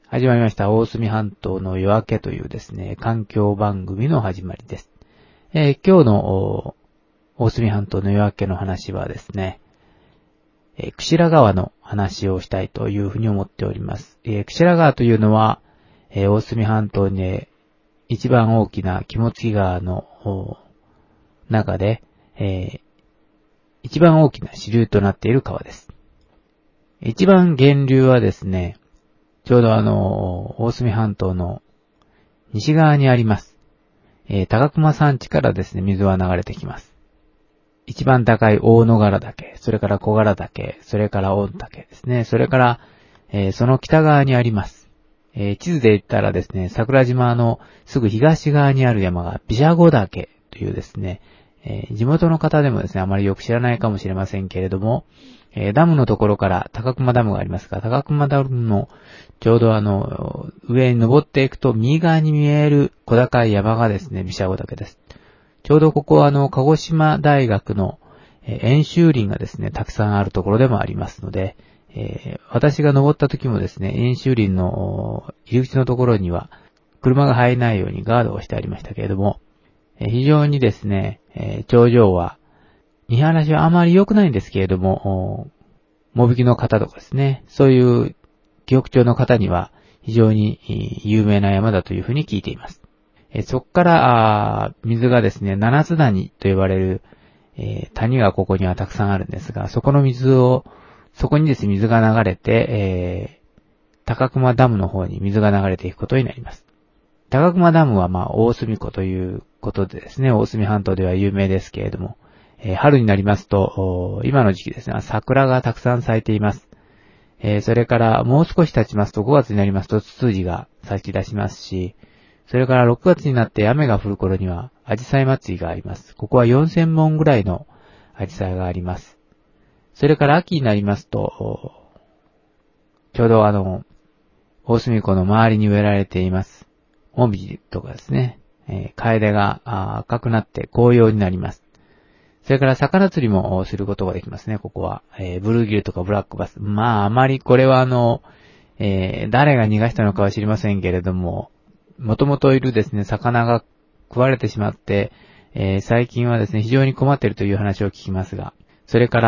始まりました。大隅半島の夜明けというですね、環境番組の始まりです。今日の大隅半島の夜明けの話はですね、櫛良川の話をしたいというふうに思っております。櫛良川というのは、大隅半島に一番大きな肝付川の中で、一番大きな支流となっている川です。一番源流はですね、ちょうど大隅半島の西側にあります。高熊山地からですね、水は流れてきます。一番高い大野原岳、それから小柄岳、それから御岳ですね。それから、その北側にあります。地図で言ったらですね、桜島のすぐ東側にある山が毘沙湖岳というですね、地元の方でもですね、あまりよく知らないかもしれませんけれども、ダムのところから高熊ダムがありますが、高熊ダムのちょうど上に登っていくと右側に見える小高い山がですね、毘沙湖岳です。ちょうどここは鹿児島大学の演習林がですね、たくさんあるところでもありますので、私が登った時もですね、演習林の入り口のところには車が入らないようにガードをしてありましたけれども、非常にですね、頂上は見晴らしはあまり良くないんですけれども、モビキの方とかですね、そういう記憶帳の方には非常に有名な山だというふうに聞いています。そこから水がですね、七つ谷と呼ばれる、谷がここにはたくさんあるんですが、そこにですね、水が流れて、高熊ダムの方に水が流れていくことになります。高熊ダムは大隅湖ということでですね、大隅半島では有名ですけれども、春になりますと、今の時期ですね、桜がたくさん咲いています。それからもう少し経ちますと5月になりますとツツジが咲き出しますし、それから6月になって雨が降る頃にはアジサイ祭りがあります。ここは4000本ぐらいのアジサイがあります。それから秋になりますと、ちょうど大隅湖の周りに植えられています。モミジとかですね、カエデが赤くなって紅葉になります。それから魚釣りもすることができますね、ここは。ブルーギルとかブラックバス。あまりこれは誰が逃がしたのかは知りませんけれども、もともといるですね、魚が食われてしまって、最近はですね、非常に困っているという話を聞きますが、それから、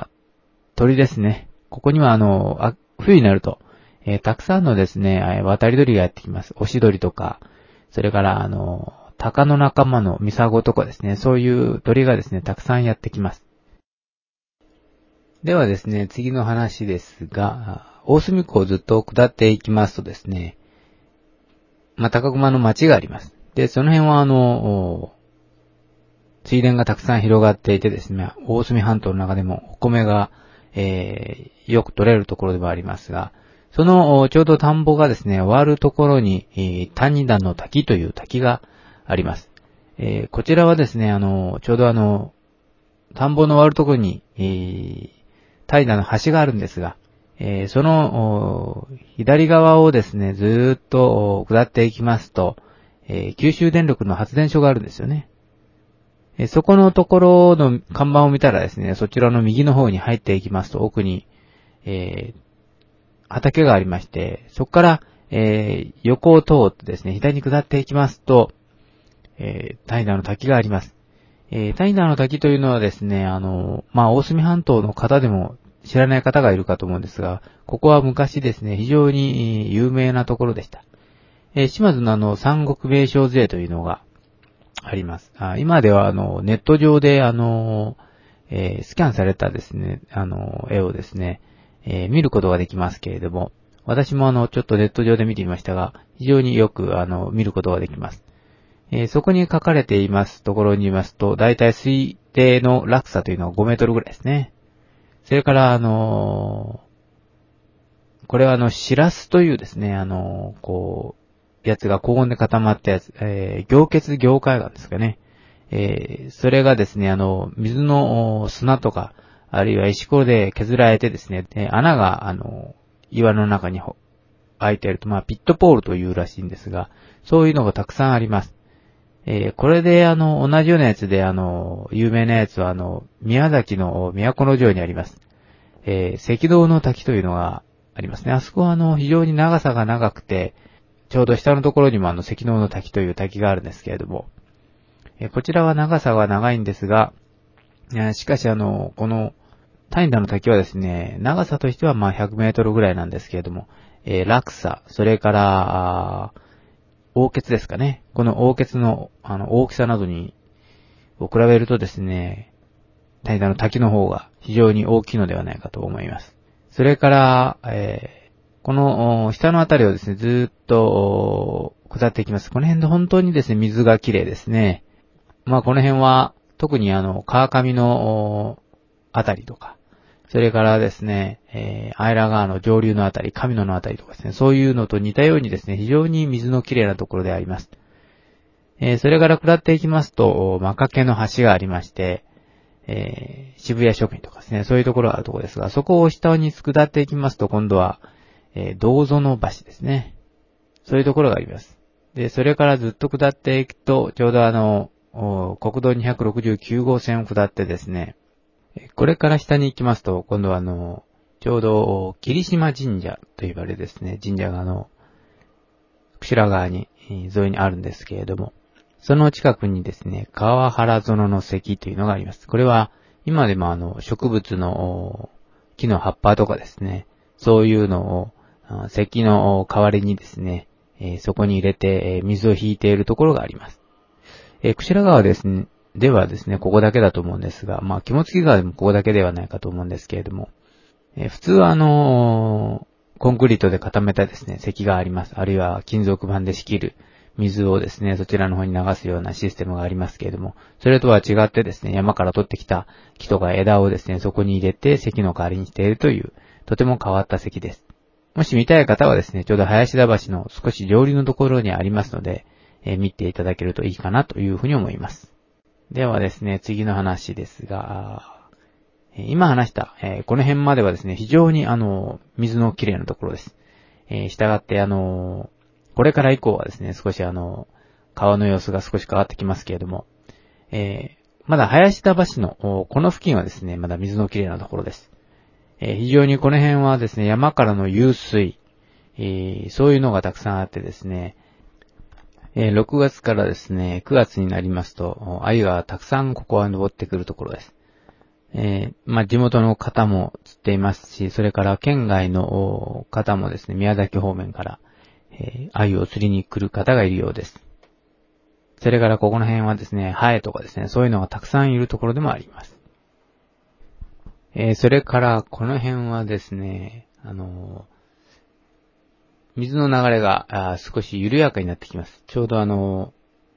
鳥ですね。ここには冬になると、たくさんのですね、渡り鳥がやってきます。オシドリとか、それから鷹の仲間のミサゴとかですね、そういう鳥がですね、たくさんやってきます。ではですね、次の話ですが、大隅湖をずっと下っていきますとですね、高熊の町があります。で、その辺は水田がたくさん広がっていてですね、大隅半島の中でもお米が、よく取れるところではありますが、そのちょうど田んぼがですね、終わるところに、谷田の滝という滝があります。こちらはですね、ちょうど田んぼの終わるところに、谷田の橋があるんですが、その左側をですね、ずーっと下っていきますと、九州電力の発電所があるんですよね。そこのところの看板を見たらですね、そちらの右の方に入っていきますと、奥に、畑がありまして、そこから、横を通ってですね、左に下っていきますと、谷田の滝があります。谷田の滝というのはですね、大隅半島の方でも知らない方がいるかと思うんですが、ここは昔ですね、非常に有名なところでした。島津の三国名勝図というのがあります。今ではネット上でスキャンされたですね、絵をですね、見ることができますけれども、私もちょっとネット上で見てみましたが、非常によく見ることができます。そこに書かれていますところに言いますと、だいたい水底の落差というのは5メートルぐらいですね。それからこれはシラスというですね、やつが高温で固まったやつ、凝結凝灰岩ですかね。それがですね、水の砂とか、あるいは石ころで削られてですね、穴が岩の中に開いていると、ピットポールというらしいんですが、そういうのがたくさんあります。これで同じようなやつで有名なやつは宮崎の都城にあります。赤道の滝というのがありますね。あそこは非常に長さが長くて、ちょうど下のところにも関能の滝という滝があるんですけれども、こちらは長さは長いんですが、しかしこのタインダの滝はですね、長さとしては100メートルぐらいなんですけれども、落差、それから、凹血ですかね。この凹血の大きさなどを比べるとですね、タインダの滝の方が非常に大きいのではないかと思います。それから、この下のあたりをですね、ずーっと下っていきます。この辺で本当にですね、水が綺麗ですね。この辺は、特に川上のあたりとか、それからですね、アイラ川の上流のあたり、神野のあたりとかですね、そういうのと似たようにですね、非常に水の綺麗なところであります。それから下っていきますと、マカケの橋がありまして、渋谷食品とかですね、そういうところがあるところですが、そこを下に下っていきますと、今度は、銅園橋ですね。そういうところがあります。で、それからずっと下っていくと、ちょうど国道269号線を下ってですね、これから下に行きますと、今度はちょうど、霧島神社と呼ばれるですね、神社が櫛田川に、沿いにあるんですけれども、その近くにですね、川原園の石というのがあります。これは、今でも植物の木の葉っぱとかですね、そういうのを、石の代わりにですね、そこに入れて、水を引いているところがあります。櫛田川ですね、ではですね、ここだけだと思うんですが、肝付川でもここだけではないかと思うんですけれども、普通はコンクリートで固めたですね、石があります。あるいは金属板で仕切る水をですね、そちらの方に流すようなシステムがありますけれども、それとは違ってですね、山から取ってきた木とか枝をですね、そこに入れて石の代わりにしているという、とても変わった石です。もし見たい方はですね、ちょうど林田橋の少し上流のところにありますので、見ていただけるといいかなというふうに思います。ではですね、次の話ですが、今話した、この辺まではですね、非常に水のきれいなところです。したがって、これから以降はですね、少し川の様子が少し変わってきますけれども、まだ林田橋のこの付近はですね、まだ水のきれいなところです。非常にこの辺はですね、山からの湧水、そういうのがたくさんあってですね、6月からですね、9月になりますと、鮎がたくさんここは登ってくるところです。地元の方も釣っていますし、それから県外の方もですね、宮崎方面から、鮎を釣りに来る方がいるようです。それからここの辺はですね、ハエとかですね、そういうのがたくさんいるところでもあります。それからこの辺はですね、水の流れが少し緩やかになってきます。ちょうど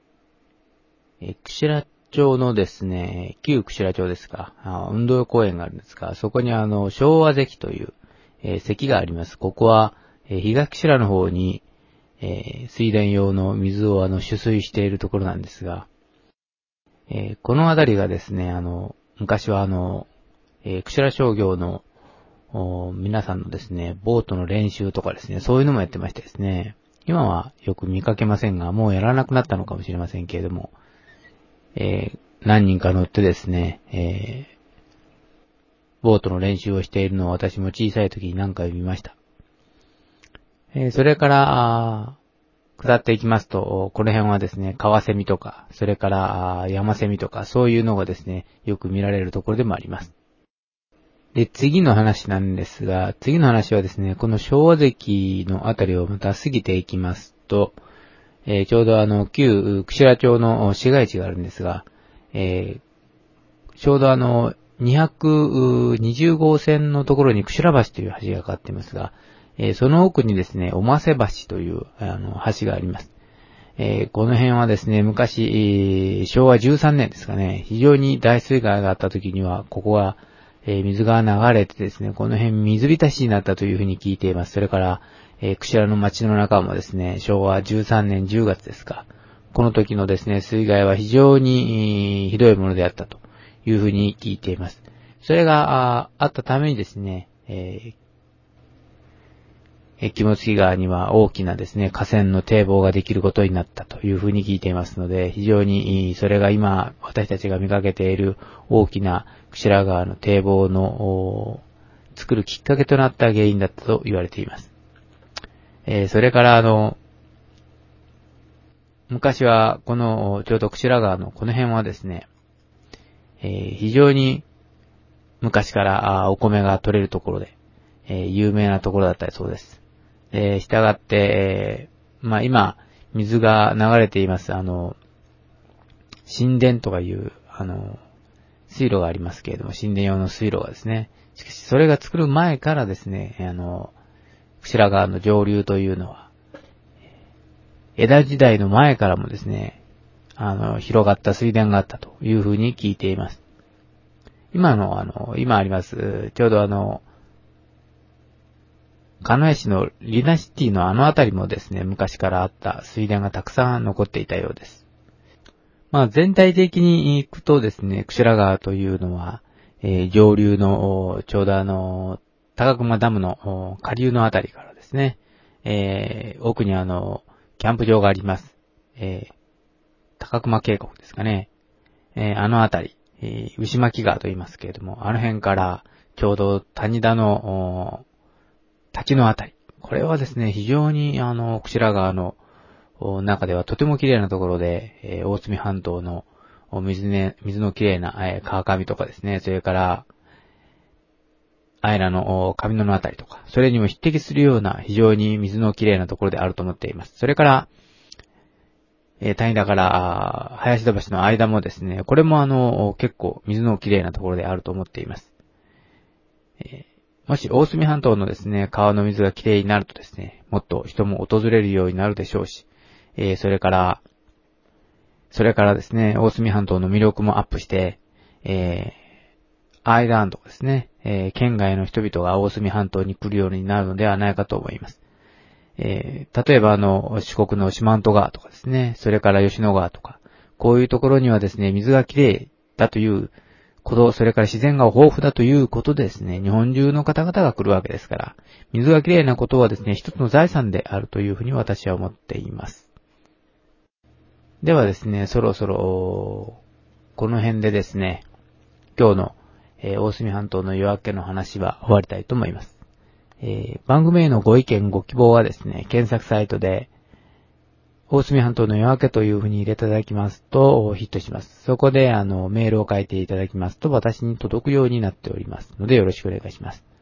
櫛田町のですね、旧櫛田町ですか、運動公園があるんですが、そこに昭和関という、関があります。ここは、東櫛田の方に、水田用の水を取水しているところなんですが、この辺りがですね、昔は櫛田商業の皆さんのですね、ボートの練習とかですね、そういうのもやってましてですね、今はよく見かけませんが、もうやらなくなったのかもしれませんけれども、何人か乗ってですね、ボートの練習をしているのを私も小さい時に何回見ました。それから、下っていきますと、この辺はですね、川セミとか、それから山セミとか、そういうのがですね、よく見られるところでもあります。で、次の話なんですが、次の話はですね、この昭和関のあたりをまた過ぎていきますと、ちょうど旧櫛田町の市街地があるんですが、ちょうど220号線のところに櫛田橋という橋がかかっていますが、その奥にですね、おませ橋という橋があります。この辺はですね、昔、昭和13年ですかね、非常に大水害があった時には、ここは、水が流れてですね、この辺水浸しになったというふうに聞いています。それから、櫛田の町の中もですね、昭和13年10月ですか。この時のですね、水害は非常にひどいものであったというふうに聞いています。それがあったためにですね、肝付川には大きなですね、河川の堤防ができることになったというふうに聞いていますので、非常にそれが今私たちが見かけている大きな櫛田川の堤防の作るきっかけとなった原因だったと言われています。それから昔はこのちょうど櫛良川のこの辺はですね、非常に昔からお米が取れるところで、有名なところだったそうです。したがって、今水が流れています神殿とかいう水路がありますけれども、神殿用の水路がですね、しかしそれが作る前からですね、櫛良川の上流というのは江戸時代の前からもですね、広がった水田があったというふうに聞いています。今あります、ちょうど鹿屋市のリナシティのあたりもですね、昔からあった水田がたくさん残っていたようです。全体的に行くとですね、櫛良川というのは、上流の、ちょうど高熊ダムの下流のあたりからですね、奥にキャンプ場があります。高熊渓谷ですかね。あたり、牛巻川と言いますけれども、辺からちょうど谷田の滝のあたり。これはですね、非常に櫛良川の中ではとても綺麗なところで、大隅半島の水の綺麗な川上とかですね、それからアイラの上野のあたりとか、それにも匹敵するような非常に水の綺麗なところであると思っています。それから、谷田から林田橋の間もですね、これも結構水の綺麗なところであると思っています。もし大隅半島のですね、川の水が綺麗になるとですね、もっと人も訪れるようになるでしょうし、それからですね、大隅半島の魅力もアップして、アイランドですね、県外の人々が大隅半島に来るようになるのではないかと思います。例えば四国の四万十川とかですね、それから吉野川とか、こういうところにはですね、水が綺麗だということ、それから自然が豊富だということでですね、日本中の方々が来るわけですから、水が綺麗なことはですね、一つの財産であるというふうに私は思っています。ではですね、そろそろ、この辺でですね、今日の、大隅半島の夜明けの話は終わりたいと思います。番組へのご意見ご希望はですね、検索サイトで、大隅半島の夜明けというふうに入れていただきますとヒットします。そこでメールを書いていただきますと私に届くようになっておりますのでよろしくお願いします。